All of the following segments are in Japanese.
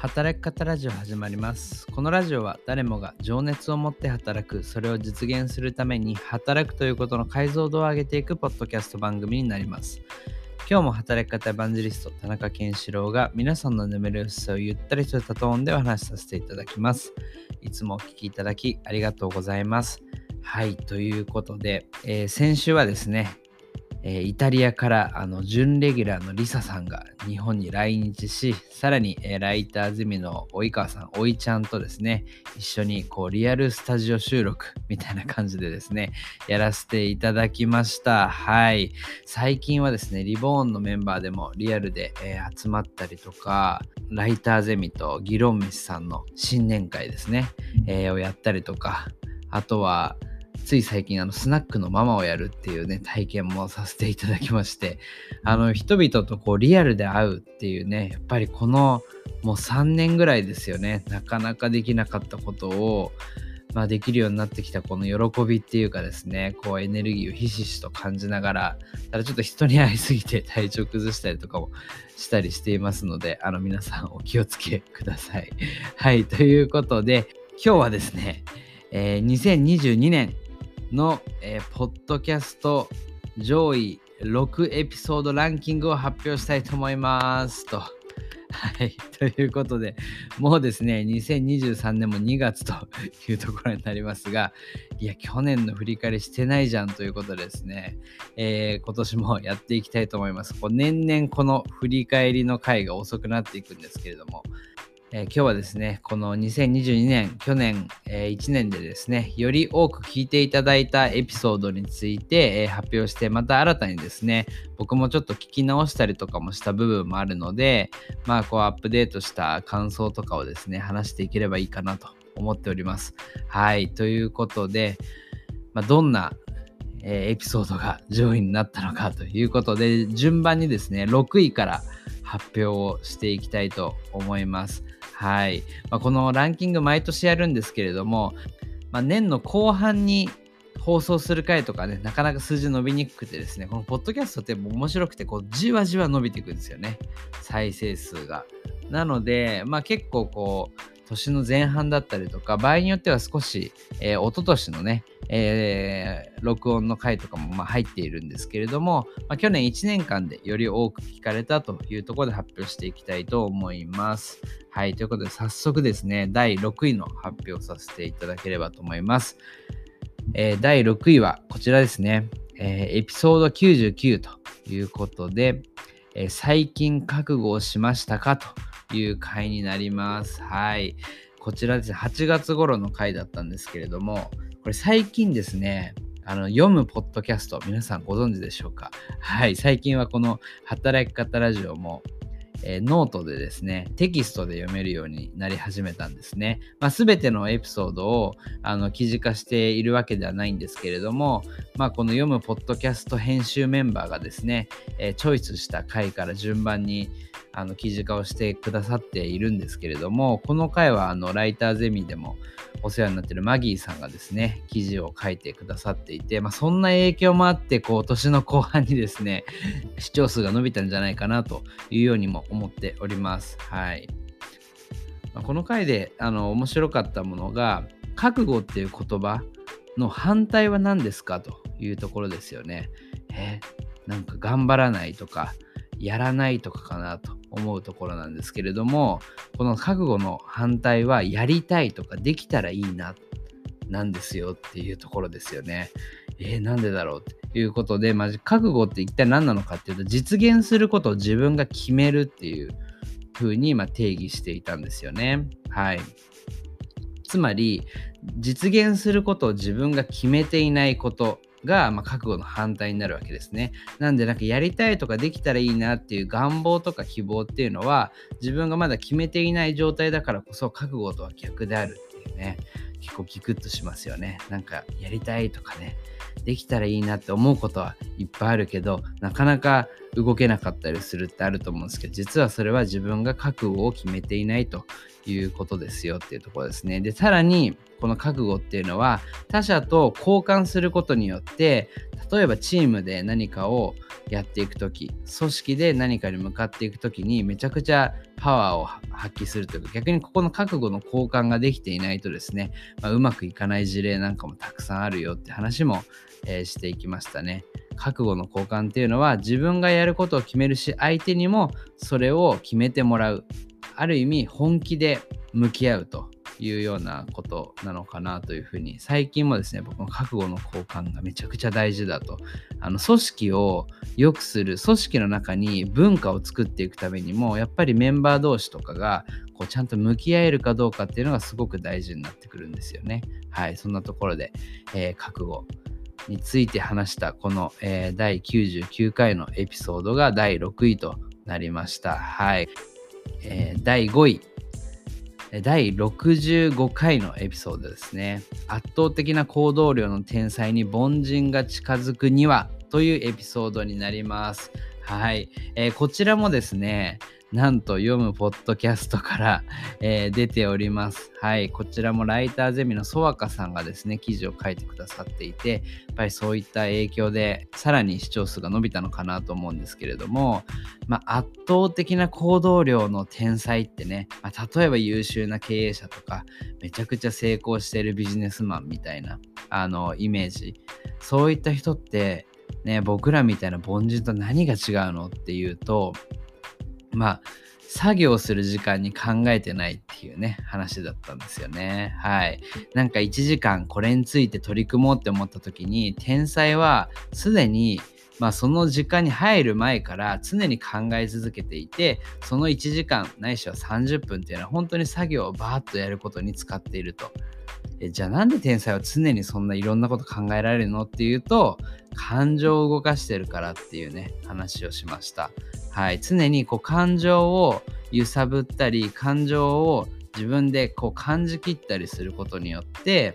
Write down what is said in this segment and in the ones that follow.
働き方ラジオ始まります。このラジオは誰もが情熱を持って働く、それを実現するために働くということの解像度を上げていくポッドキャスト番組になります。今日も働き方エヴァンジェリスト田中健志郎が皆さんの眠る薄さをゆったりとしたトーンでお話しさせていただきます。いつもお聞きいただきありがとうございます。はい、ということで、先週はですね、イタリアから準レギュラーのリサさんが日本に来日し、さらに、ライターゼミの及川さん、おいちゃんとですね、一緒にリアルスタジオ収録みたいな感じでですね、やらせていただきました。はい。最近はですね、リボーンのメンバーでもリアルで、集まったりとか、ライターゼミと議論飯さんの新年会ですね、をやったりとか、あとは、つい最近スナックのママをやるっていうね体験もさせていただきまして、人々とリアルで会うっていうね、やっぱりこのもう3年ぐらいですよね、なかなかできなかったことをできるようになってきたこの喜びっていうかですね、エネルギーをひしひしと感じながら、ただちょっと人に会いすぎて体調崩したりとかもしたりしていますので、皆さんお気をつけください。はい、ということで今日はですね、2022年の、ポッドキャスト上位6エピソードランキングを発表したいと思いますと。はい。ということで、もうですね、2023年も2月というところになりますが、いや、去年の振り返りしてないじゃんということでですね、今年もやっていきたいと思います。年々この振り返りの回が遅くなっていくんですけれども、今日はですね、この2022年、去年、1年でですね、より多く聞いていただいたエピソードについて、発表して、また新たにですね、僕もちょっと聞き直したりとかもした部分もあるので、アップデートした感想とかをですね、話していければいいかなと思っております。はい、ということで、どんなエピソードが上位になったのかということで、順番にですね、6位から発表をしていきたいと思います。はい。このランキング毎年やるんですけれども、年の後半に放送する回とかね、なかなか数字伸びにくくてですね、このポッドキャストって面白くて、じわじわ伸びていくんですよね、再生数が。なので、結構年の前半だったりとか、場合によっては少し、一昨年のね、録音の回とかも入っているんですけれども、去年1年間でより多く聞かれたというところで発表していきたいと思います。はい、ということで早速ですね、第6位の発表させていただければと思います。第6位はこちらですね、エピソード99ということで、最近覚悟をしましたかという回になります。はい。こちらですね、8月頃の回だったんですけれども、これ最近ですね、読むポッドキャスト、皆さんご存知でしょうか？はい。最近はこの働き方ラジオも、ノートでですね、テキストで読めるようになり始めたんですね。全てのエピソードを記事化しているわけではないんですけれども、この読むポッドキャスト編集メンバーがですね、チョイスした回から順番に記事化をしてくださっているんですけれども、この回はライターゼミでもお世話になっているマギーさんがですね、記事を書いてくださっていて、そんな影響もあって年の後半にですね、視聴数が伸びたんじゃないかなというようにも思っております。はい。この回で面白かったものが、覚悟っていう言葉の反対は何ですかというところですよね。なんか頑張らないとかやらないとかかなと思うところなんですけれども、この覚悟の反対はやりたいとかできたらいいななんですよっていうところですよね。なんでだろうということで、覚悟って一体何なのかっていうと、実現することを自分が決めるっていう風に定義していたんですよね。はい。つまり実現することを自分が決めていないことが、覚悟の反対になるわけですね。なんでやりたいとかできたらいいなっていう願望とか希望っていうのは、自分がまだ決めていない状態だからこそ覚悟とは逆であるっていうね、結構ギクッとしますよね。やりたいとかね、できたらいいなって思うことはいっぱいあるけど、なかなか動けなかったりするってあると思うんですけど、実はそれは自分が覚悟を決めていないということですよっていうところですね。で、さらにこの覚悟っていうのは他者と交換することによって、例えばチームで何かをやっていくとき、組織で何かに向かっていくときにめちゃくちゃパワーを発揮するというか、逆にここの覚悟の交換ができていないとですね、うまくいかない事例なんかもたくさんあるよって話も、していきましたね。覚悟の交換っていうのは自分がやることを決めるし、相手にもそれを決めてもらう。ある意味本気で向き合うというようなことなのかなというふうに、最近もですね、僕の覚悟の交換がめちゃくちゃ大事だと。組織を良くする、組織の中に文化を作っていくためにも、やっぱりメンバー同士とかがこうちゃんと向き合えるかどうかっていうのがすごく大事になってくるんですよね。はい、そんなところで、覚悟について話したこの、第99回のエピソードが第6位となりました。はい。第5位。第65回のエピソードですね。圧倒的な行動量の天才に凡人が近づくにはというエピソードになります。はい。こちらもですね、なんと読むポッドキャストから、出ております。はい。こちらもライターゼミのソワカさんがですね、記事を書いてくださっていて、やっぱりそういった影響でさらに視聴数が伸びたのかなと思うんですけれども、圧倒的な行動量の天才ってね、例えば優秀な経営者とか、めちゃくちゃ成功しているビジネスマンみたいな、イメージ。そういった人って、ね、僕らみたいな凡人と何が違うのっていうと、作業する時間に考えてないっていうね、話だったんですよね。はい。なんか1時間これについて取り組もうって思った時に、天才はすでにその時間に入る前から常に考え続けていて、その1時間ないしは30分っていうのは本当に作業をバーッとやることに使っていると。じゃあなんで天才は常にそんないろんなこと考えられるのっていうと、感情を動かしてるからっていうね、話をしました。はい。常にこう感情を揺さぶったり、感情を自分でこう感じきったりすることによって、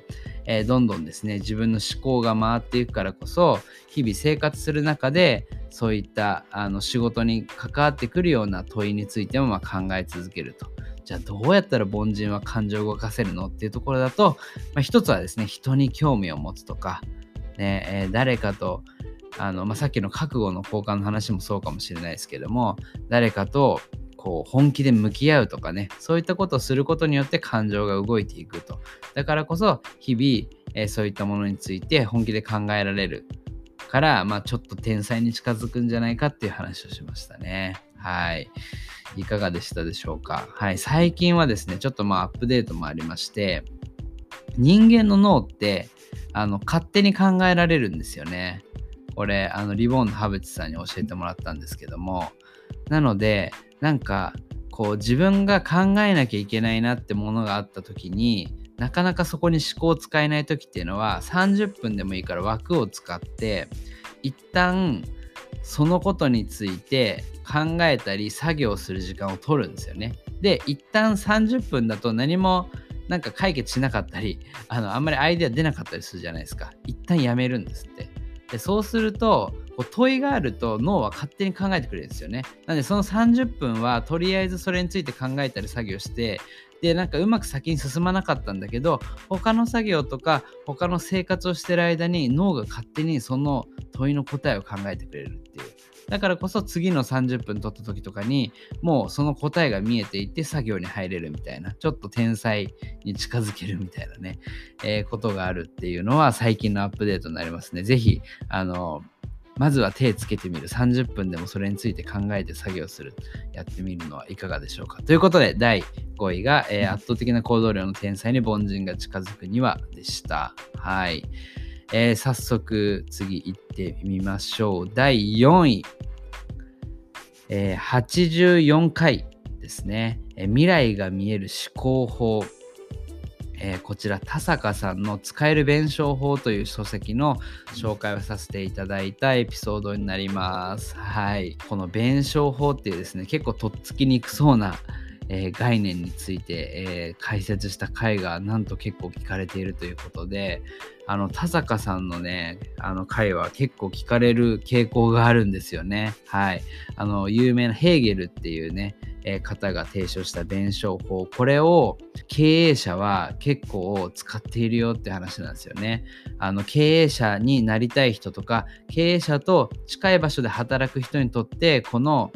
どんどんですね、自分の思考が回っていくからこそ、日々生活する中でそういった仕事に関わってくるような問いについても考え続けると。じゃあどうやったら凡人は感情を動かせるのっていうところだと、一つはですね、人に興味を持つとか、ね、誰かとさっきの覚悟の交換の話もそうかもしれないですけども、誰かとこう本気で向き合うとかね、そういったことをすることによって感情が動いていくと。だからこそ日々、そういったものについて本気で考えられるから、ちょっと天才に近づくんじゃないかっていう話をしましたね。はい。いかがでしたでしょうか。はい。最近はですね、ちょっとアップデートもありまして、人間の脳って勝手に考えられるんですよね。これリボンの羽淵さんに教えてもらったんですけども、なのでなんかこう自分が考えなきゃいけないなってものがあった時に、なかなかそこに思考を使えない時っていうのは、30分でもいいから枠を使って一旦そのことについて考えたり作業する時間を取るんですよね。で、一旦30分だと何もなんか解決しなかったり、あんまりアイデア出なかったりするじゃないですか。一旦やめるんですって。で、そうすると、こう問いがあると脳は勝手に考えてくれるんですよね。なのでその30分はとりあえずそれについて考えたり作業して、で、なんかうまく先に進まなかったんだけど、他の作業とか他の生活をしてる間に脳が勝手にその問いの答えを考えてくれるっていう。だからこそ次の30分取った時とかにもうその答えが見えていて作業に入れるみたいな、ちょっと天才に近づけるみたいなね、ことがあるっていうのは最近のアップデートになりますね。ぜひまずは手つけてみる。30分でもそれについて考えて作業する。やってみるのはいかがでしょうか。ということで、第5位が、圧倒的な行動量の天才に凡人が近づくにはでした。はい。早速次行ってみましょう。第4位。84回ですね。未来が見える思考法。こちら田坂さんの使える弁証法という書籍の紹介をさせていただいたエピソードになります。はい。この弁証法っていうですね、結構とっつきにくそうな、概念について、解説した回がなんと結構聞かれているということで、田坂さんのね、回は結構聞かれる傾向があるんですよね。はい。有名なヘーゲルっていうね、方が提唱した弁証法、これを経営者は結構使っているよって話なんですよね。経営者になりたい人とか、経営者と近い場所で働く人にとって、この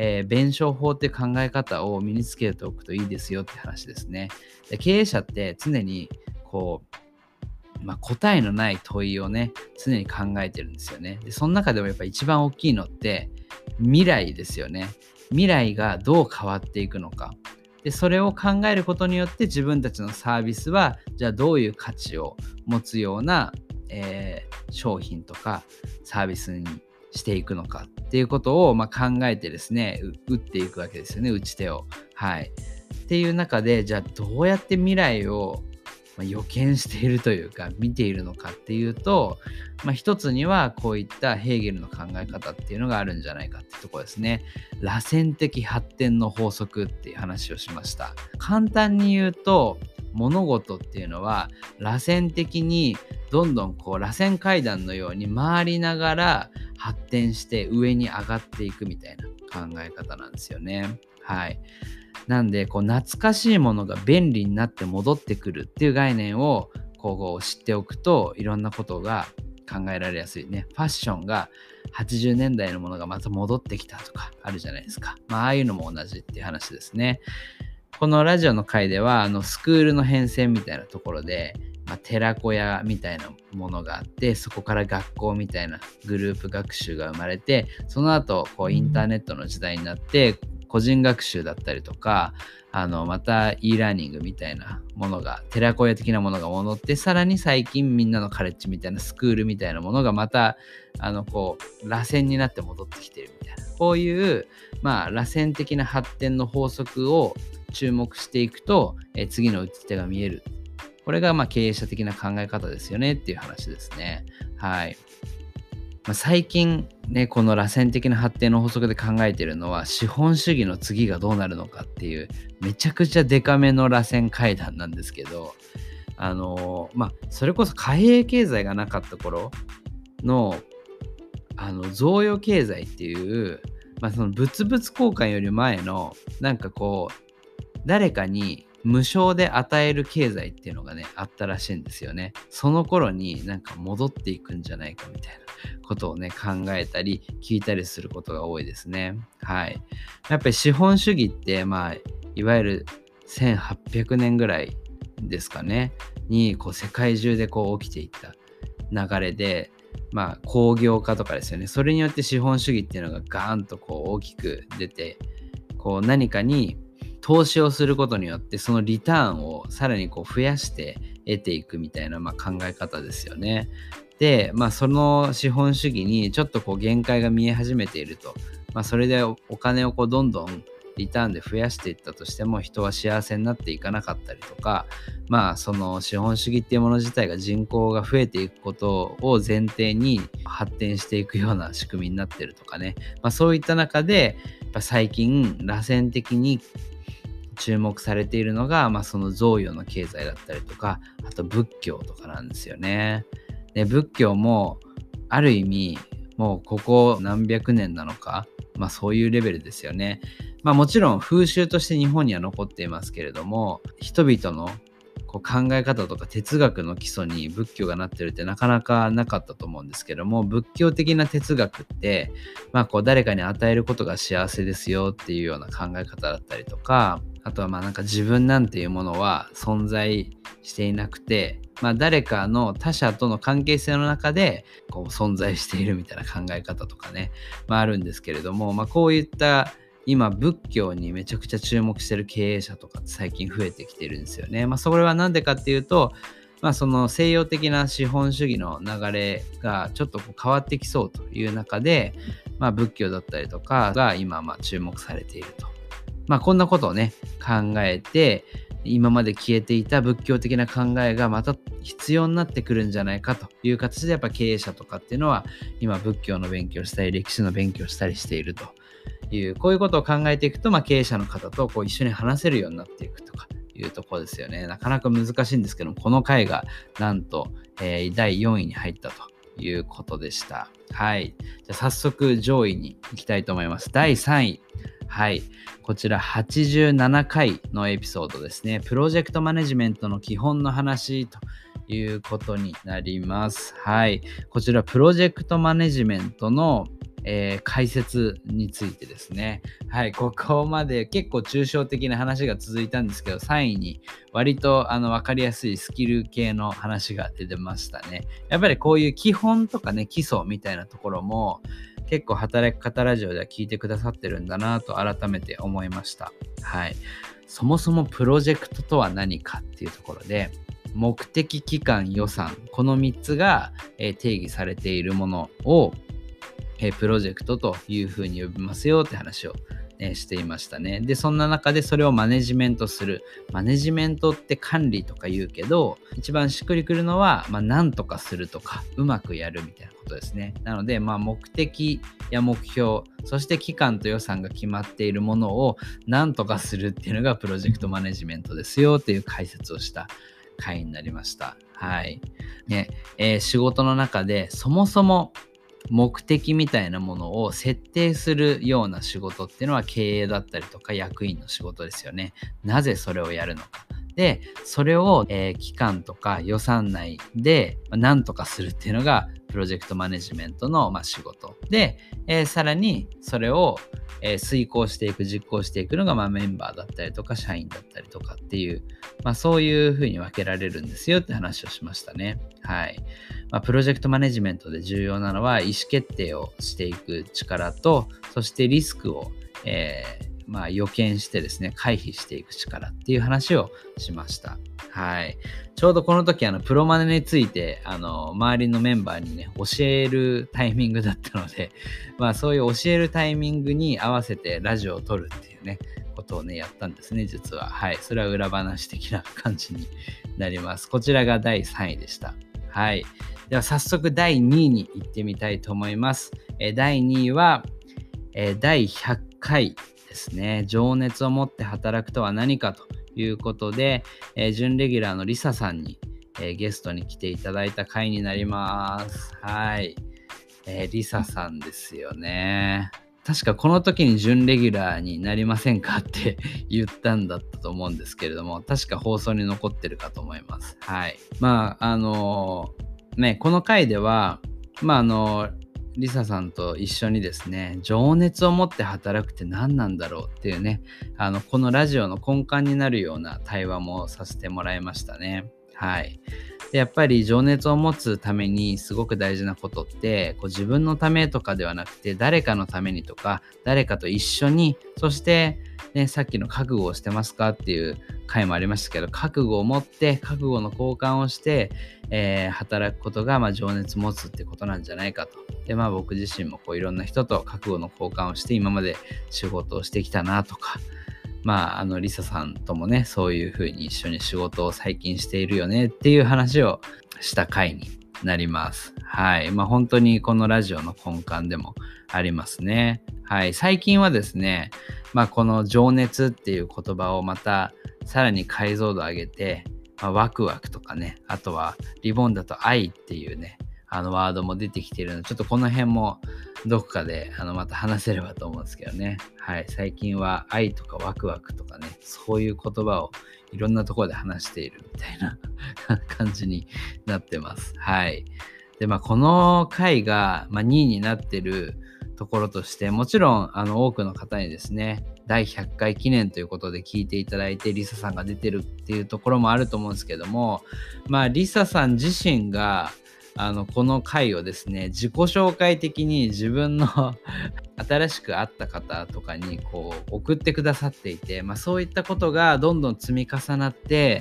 弁証法っていう考え方を身につけておくといいですよって話ですね。で、経営者って常にこう、答えのない問いをね、常に考えてるんですよね。で、その中でもやっぱ一番大きいのって未来ですよね。未来がどう変わっていくのか。で、それを考えることによって自分たちのサービスは、じゃあどういう価値を持つような、商品とかサービスにしていくのかっていうことを、考えてですね、打っていくわけですよね、打ち手を。はい。っていう中で、じゃあどうやって未来を予見しているというか見ているのかっていうと、一つにはこういったヘーゲルの考え方っていうのがあるんじゃないかっていうところですね。螺旋的発展の法則っていう話をしました。簡単に言うと、物事っていうのは螺旋的にどんどんこう螺旋階段のように回りながら発展して上に上がっていくみたいな考え方なんですよね。はい。なんでこう懐かしいものが便利になって戻ってくるっていう概念をこう知っておくと、いろんなことが考えられやすいね。ファッションが80年代のものがまた戻ってきたとかあるじゃないですか。ああいうのも同じっていう話ですね。このラジオの回ではスクールの変遷みたいなところで、寺子屋みたいなものがあって、そこから学校みたいなグループ学習が生まれて、その後こうインターネットの時代になって個人学習だったりとか、また e ラーニングみたいなものが、寺子屋的なものが戻って、さらに最近みんなのカレッジみたいなスクールみたいなものがまたこう螺旋になって戻ってきてるみたいな、こういう螺旋的な発展の法則を注目していくと、次の打ち手が見える。これが経営者的な考え方ですよねっていう話ですね。はい。最近ね、この螺旋的な発展の法則で考えているのは、資本主義の次がどうなるのかっていう、めちゃくちゃデカめの螺旋階段なんですけど、それこそ貨幣経済がなかった頃の、贈与経済っていう、その物々交換より前の、誰かに無償で与える経済っていうのがね、あったらしいんですよね。その頃に戻っていくんじゃないかみたいなことをね、考えたり聞いたりすることが多いですね。はい。やっぱり資本主義って、いわゆる1800年ぐらいですかね、にこう世界中でこう起きていった流れで、工業化とかですよね。それによって資本主義っていうのがガーンとこう大きく出て、こう何かに投資をすることによってそのリターンをさらにこう増やして得ていくみたいな考え方ですよね。で、その資本主義にちょっとこう限界が見え始めていると。それでお金をこうどんどんリターンで増やしていったとしても人は幸せになっていかなかったりとか、その資本主義っていうもの自体が人口が増えていくことを前提に発展していくような仕組みになってるとかね。そういった中でやっぱ最近螺旋的に注目されているのが、その贈与の経済だったりとか、あと仏教とかなんですよね。で、仏教もある意味もうここ何百年なのか、そういうレベルですよね。もちろん風習として日本には残っていますけれども、人々のこう考え方とか哲学の基礎に仏教がなってるってなかなかなかったと思うんですけども、仏教的な哲学ってこう誰かに与えることが幸せですよっていうような考え方だったりとか、あとは自分なんていうものは存在していなくて、誰かの他者との関係性の中でこう存在しているみたいな考え方とかね、あるんですけれども、こういった今仏教にめちゃくちゃ注目してる経営者とかって最近増えてきてるんですよね。それはなんでかっていうと、その西洋的な資本主義の流れがちょっとこう変わってきそうという中で、仏教だったりとかが今注目されていると。こんなことをね考えて、今まで消えていた仏教的な考えがまた必要になってくるんじゃないかという形で、やっぱ経営者とかっていうのは今仏教の勉強したり歴史の勉強したりしているという、こういうことを考えていくと、経営者の方とこう一緒に話せるようになっていくとかいうところですよね。なかなか難しいんですけども、この回がなんと、第4位に入ったということでした。はい。じゃあ早速上位に行きたいと思います。第3位。はい。こちら87回のエピソードですね。プロジェクトマネジメントの基本の話ということになります。はい。こちらプロジェクトマネジメントの解説についてですね。はい、ここまで結構抽象的な話が続いたんですけど、3位に割と分かりやすいスキル系の話が出てましたね。やっぱりこういう基本とかね、基礎みたいなところも結構働き方ラジオでは聞いてくださってるんだなと改めて思いました。はい。そもそもプロジェクトとは何かっていうところで、目的、期間、予算、この3つが定義されているものをプロジェクトというふうに呼びますよって話を、していましたね。で、そんな中でそれをマネジメントする。マネジメントって管理とか言うけど、一番しっくりくるのは、なんとかするとか、うまくやるみたいなことですね。なので、目的や目標、そして期間と予算が決まっているものをなんとかするっていうのがプロジェクトマネジメントですよっていう解説をした回になりました。はい。ね、仕事の中でそもそも目的みたいなものを設定するような仕事っていうのは経営だったりとか役員の仕事ですよね。なぜそれをやるのか。で、それを、期間とか予算内で何とかするっていうのがプロジェクトマネジメントの、仕事で、さらにそれを、遂行していく実行していくのが、メンバーだったりとか社員だったりとかっていう、そういうふうに分けられるんですよって話をしましたね。はい。プロジェクトマネジメントで重要なのは意思決定をしていく力と、そしてリスクを、予見してですね、回避していく力っていう話をしました。はい。ちょうどこの時、プロマネについて、周りのメンバーにね、教えるタイミングだったので、そういう教えるタイミングに合わせてラジオを撮るっていうね、ことをね、やったんですね、実は。はい。それは裏話的な感じになります。こちらが第3位でした。はい。では早速第2位に行ってみたいと思います。第2位は、第100回ですね。情熱を持って働くとは何かということで、準レギュラーのリサさんに、ゲストに来ていただいた回になります。はい。リサさんですよね。確かこの時に準レギュラーになりませんかって言ったんだったと思うんですけれども、確か放送に残ってるかと思います。はい。この回では、リサさんと一緒にですね、情熱を持って働くって何なんだろうっていうね、このラジオの根幹になるような対話もさせてもらいましたね。はい。でやっぱり情熱を持つためにすごく大事なことって、自分のためとかではなくて、誰かのためにとか、誰かと一緒に、そして、ね、さっきの覚悟をしてますかっていう回もありましたけど、覚悟を持って、覚悟の交換をして、働くことが、情熱持つってことなんじゃないかと。で、僕自身もいろんな人と覚悟の交換をして、今まで仕事をしてきたなとか、リサさんともね、そういう風に一緒に仕事を最近しているよねっていう話をした回になります。はい。本当にこのラジオの根幹でもありますね。はい。最近はですね、この情熱っていう言葉をまたさらに解像度上げて、ワクワクとかね、あとはリボンだと愛っていうね、ワードも出てきているので、ちょっとこの辺もどこかでまた話せればと思うんですけどね。はい。最近は愛とかワクワクとかね、そういう言葉をいろんなところで話しているみたいな感じになってます。はい。で、この回が、2位になってるところとして、もちろん多くの方にですね、第100回記念ということで聞いていただいて、リサさんが出てるっていうところもあると思うんですけども、リサさん自身がこの回をですね、自己紹介的に自分の新しく会った方とかに送ってくださっていて、そういったことがどんどん積み重なって、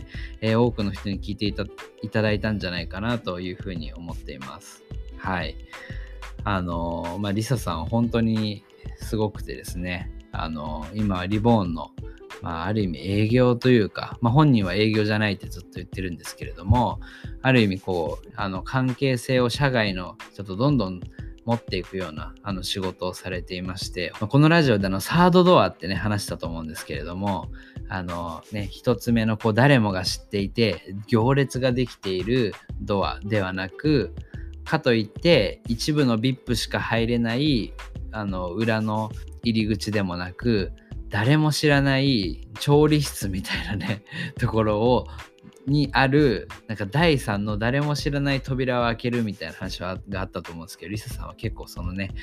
多くの人に聞いていただいたんじゃないかなというふうに思っています。はい。リサさん本当にすごくてですね、今はリボーンのある意味営業というか、本人は営業じゃないってずっと言ってるんですけれども、ある意味関係性を社外の人とどんどん持っていくような仕事をされていまして、このラジオでサードドアってね話したと思うんですけれども、一つ目の誰もが知っていて行列ができているドアではなく、かといって一部の VIP しか入れない裏の入り口でもなく、誰も知らない調理室みたいなねところにある第3の誰も知らない扉を開けるみたいな話があったと思うんですけど、リサさんは結構そのね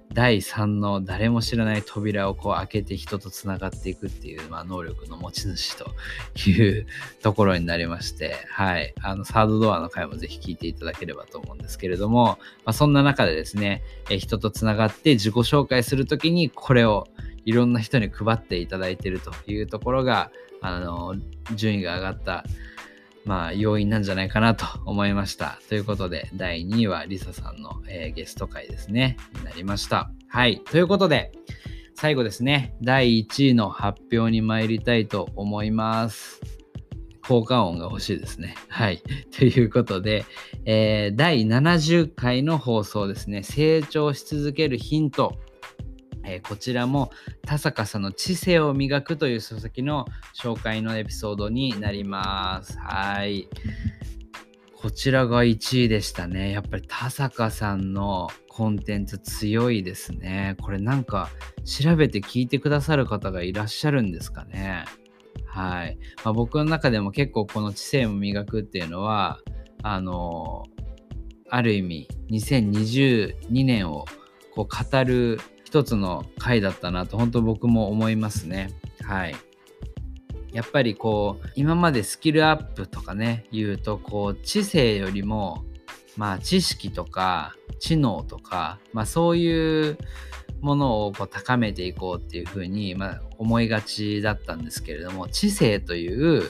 第3の誰も知らない扉を開けて人とつながっていくっていう、能力の持ち主というところになりまして、はい。サードドアの回もぜひ聞いていただければと思うんですけれども、そんな中でですね、人とつながって自己紹介するときにこれをいろんな人に配っていただいているというところが、順位が上がった要因なんじゃないかなと思いました。ということで、第2位はリサさんの、ゲスト会ですね、になりました。はい。ということで、最後ですね、第1位の発表に参りたいと思います。効果音が欲しいですね。はい。ということで、第70回の放送ですね、成長し続けるヒント。こちらも田坂さんの知性を磨くという書籍の紹介のエピソードになります。はい。こちらが1位でしたね。やっぱり田坂さんのコンテンツ強いですね。これなんか調べて聞いてくださる方がいらっしゃるんですかね。はい。僕の中でも結構この知性を磨くっていうのは、ある意味2022年を語る一つの回だったなと本当僕も思いますね。はい。やっぱり今までスキルアップとかね言うと知性よりも知識とか知能とかそういうものを高めていこうっていうふうに思いがちだったんですけれども、知性という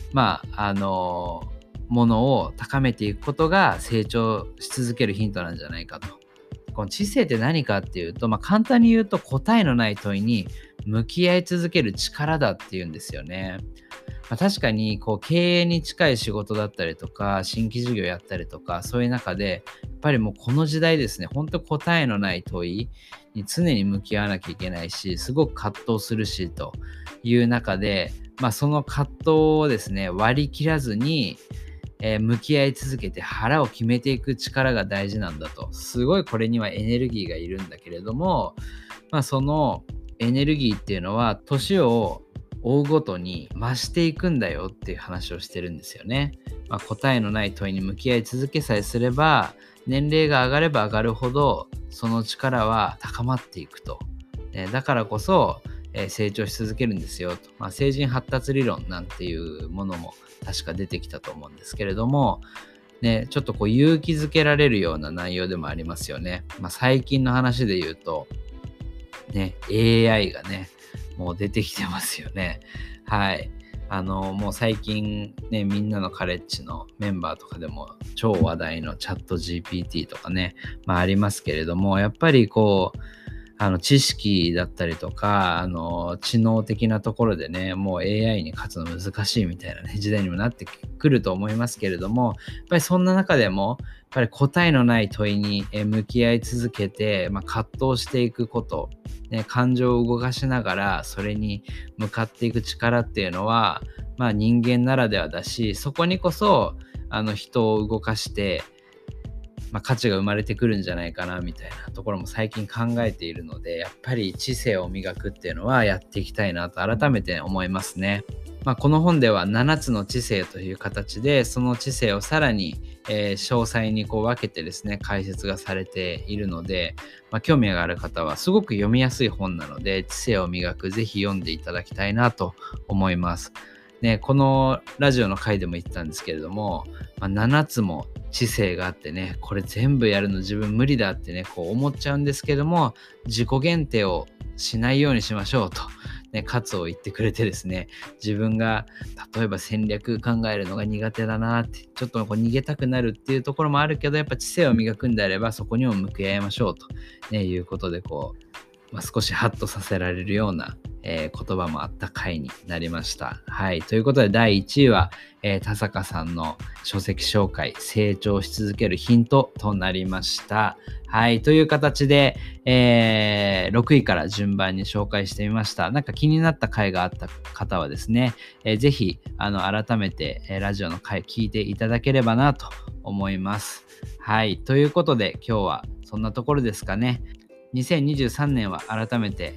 ものを高めていくことが成長し続けるヒントなんじゃないかと。この知性って何かっていうと、簡単に言うと答えのない問いに向き合い続ける力だっていうんですよね。確かに経営に近い仕事だったりとか新規事業やったりとかそういう中でやっぱりもうこの時代ですね、本当答えのない問いに常に向き合わなきゃいけないし、すごく葛藤するしという中で、その葛藤をですね割り切らずに向き合い続けて腹を決めていく力が大事なんだと。すごいこれにはエネルギーがいるんだけれども、そのエネルギーっていうのは年を追うごとに増していくんだよっていう話をしてるんですよね。答えのない問いに向き合い続けさえすれば、年齢が上がれば上がるほどその力は高まっていくと。だからこそ成長し続けるんですよと。成人発達理論なんていうものも確か出てきたと思うんですけれども、ね、ちょっと勇気づけられるような内容でもありますよね。最近の話で言うと、ね、AI がね、もう出てきてますよね。はい。もう最近ね、みんなのカレッジのメンバーとかでも超話題のチャット GPT とかね、ありますけれども、やっぱり知識だったりとか、知能的なところでね、もう AI に勝つの難しいみたいなね、時代にもなってくると思いますけれども、やっぱりそんな中でも、やっぱり答えのない問いに向き合い続けて、葛藤していくこと、ね、感情を動かしながら、それに向かっていく力っていうのは、人間ならではだし、そこにこそ、人を動かして、価値が生まれてくるんじゃないかなみたいなところも最近考えているので、やっぱり知性を磨くっていうのはやっていきたいなと改めて思いますね。この本では7つの知性という形で、その知性をさらに、詳細に分けてですね解説がされているので、興味がある方はすごく読みやすい本なので、知性を磨くぜひ読んでいただきたいなと思いますね。このラジオの回でも言ったんですけれども、7つも知性があってね、これ全部やるの自分無理だってね思っちゃうんですけども、自己限定をしないようにしましょうとね、喝を言ってくれてですね、自分が例えば戦略考えるのが苦手だなって、ちょっと逃げたくなるっていうところもあるけど、やっぱ知性を磨くんであればそこにも向き合いましょうと、ね、いうことで少しハッとさせられるような、言葉もあった回になりました。はい。ということで第1位は、田坂さんの書籍紹介、成長し続けるヒントとなりました。はい。という形で、6位から順番に紹介してみました。なんか気になった回があった方はですね、ぜひ、改めて、ラジオの回聞いていただければなと思います。はい。ということで今日はそんなところですかね。2023年は改めて、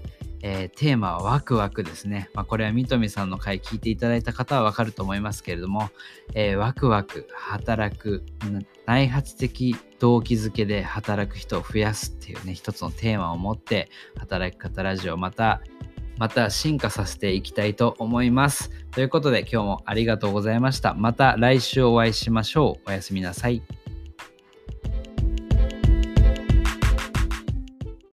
テーマはワクワクですね。これは三富さんの回聞いていただいた方はわかると思いますけれども、ワクワク、働く、内発的動機づけで働く人を増やすっていうね、一つのテーマを持って働き方ラジオまた進化させていきたいと思います。ということで今日もありがとうございました。また来週お会いしましょう。おやすみなさい。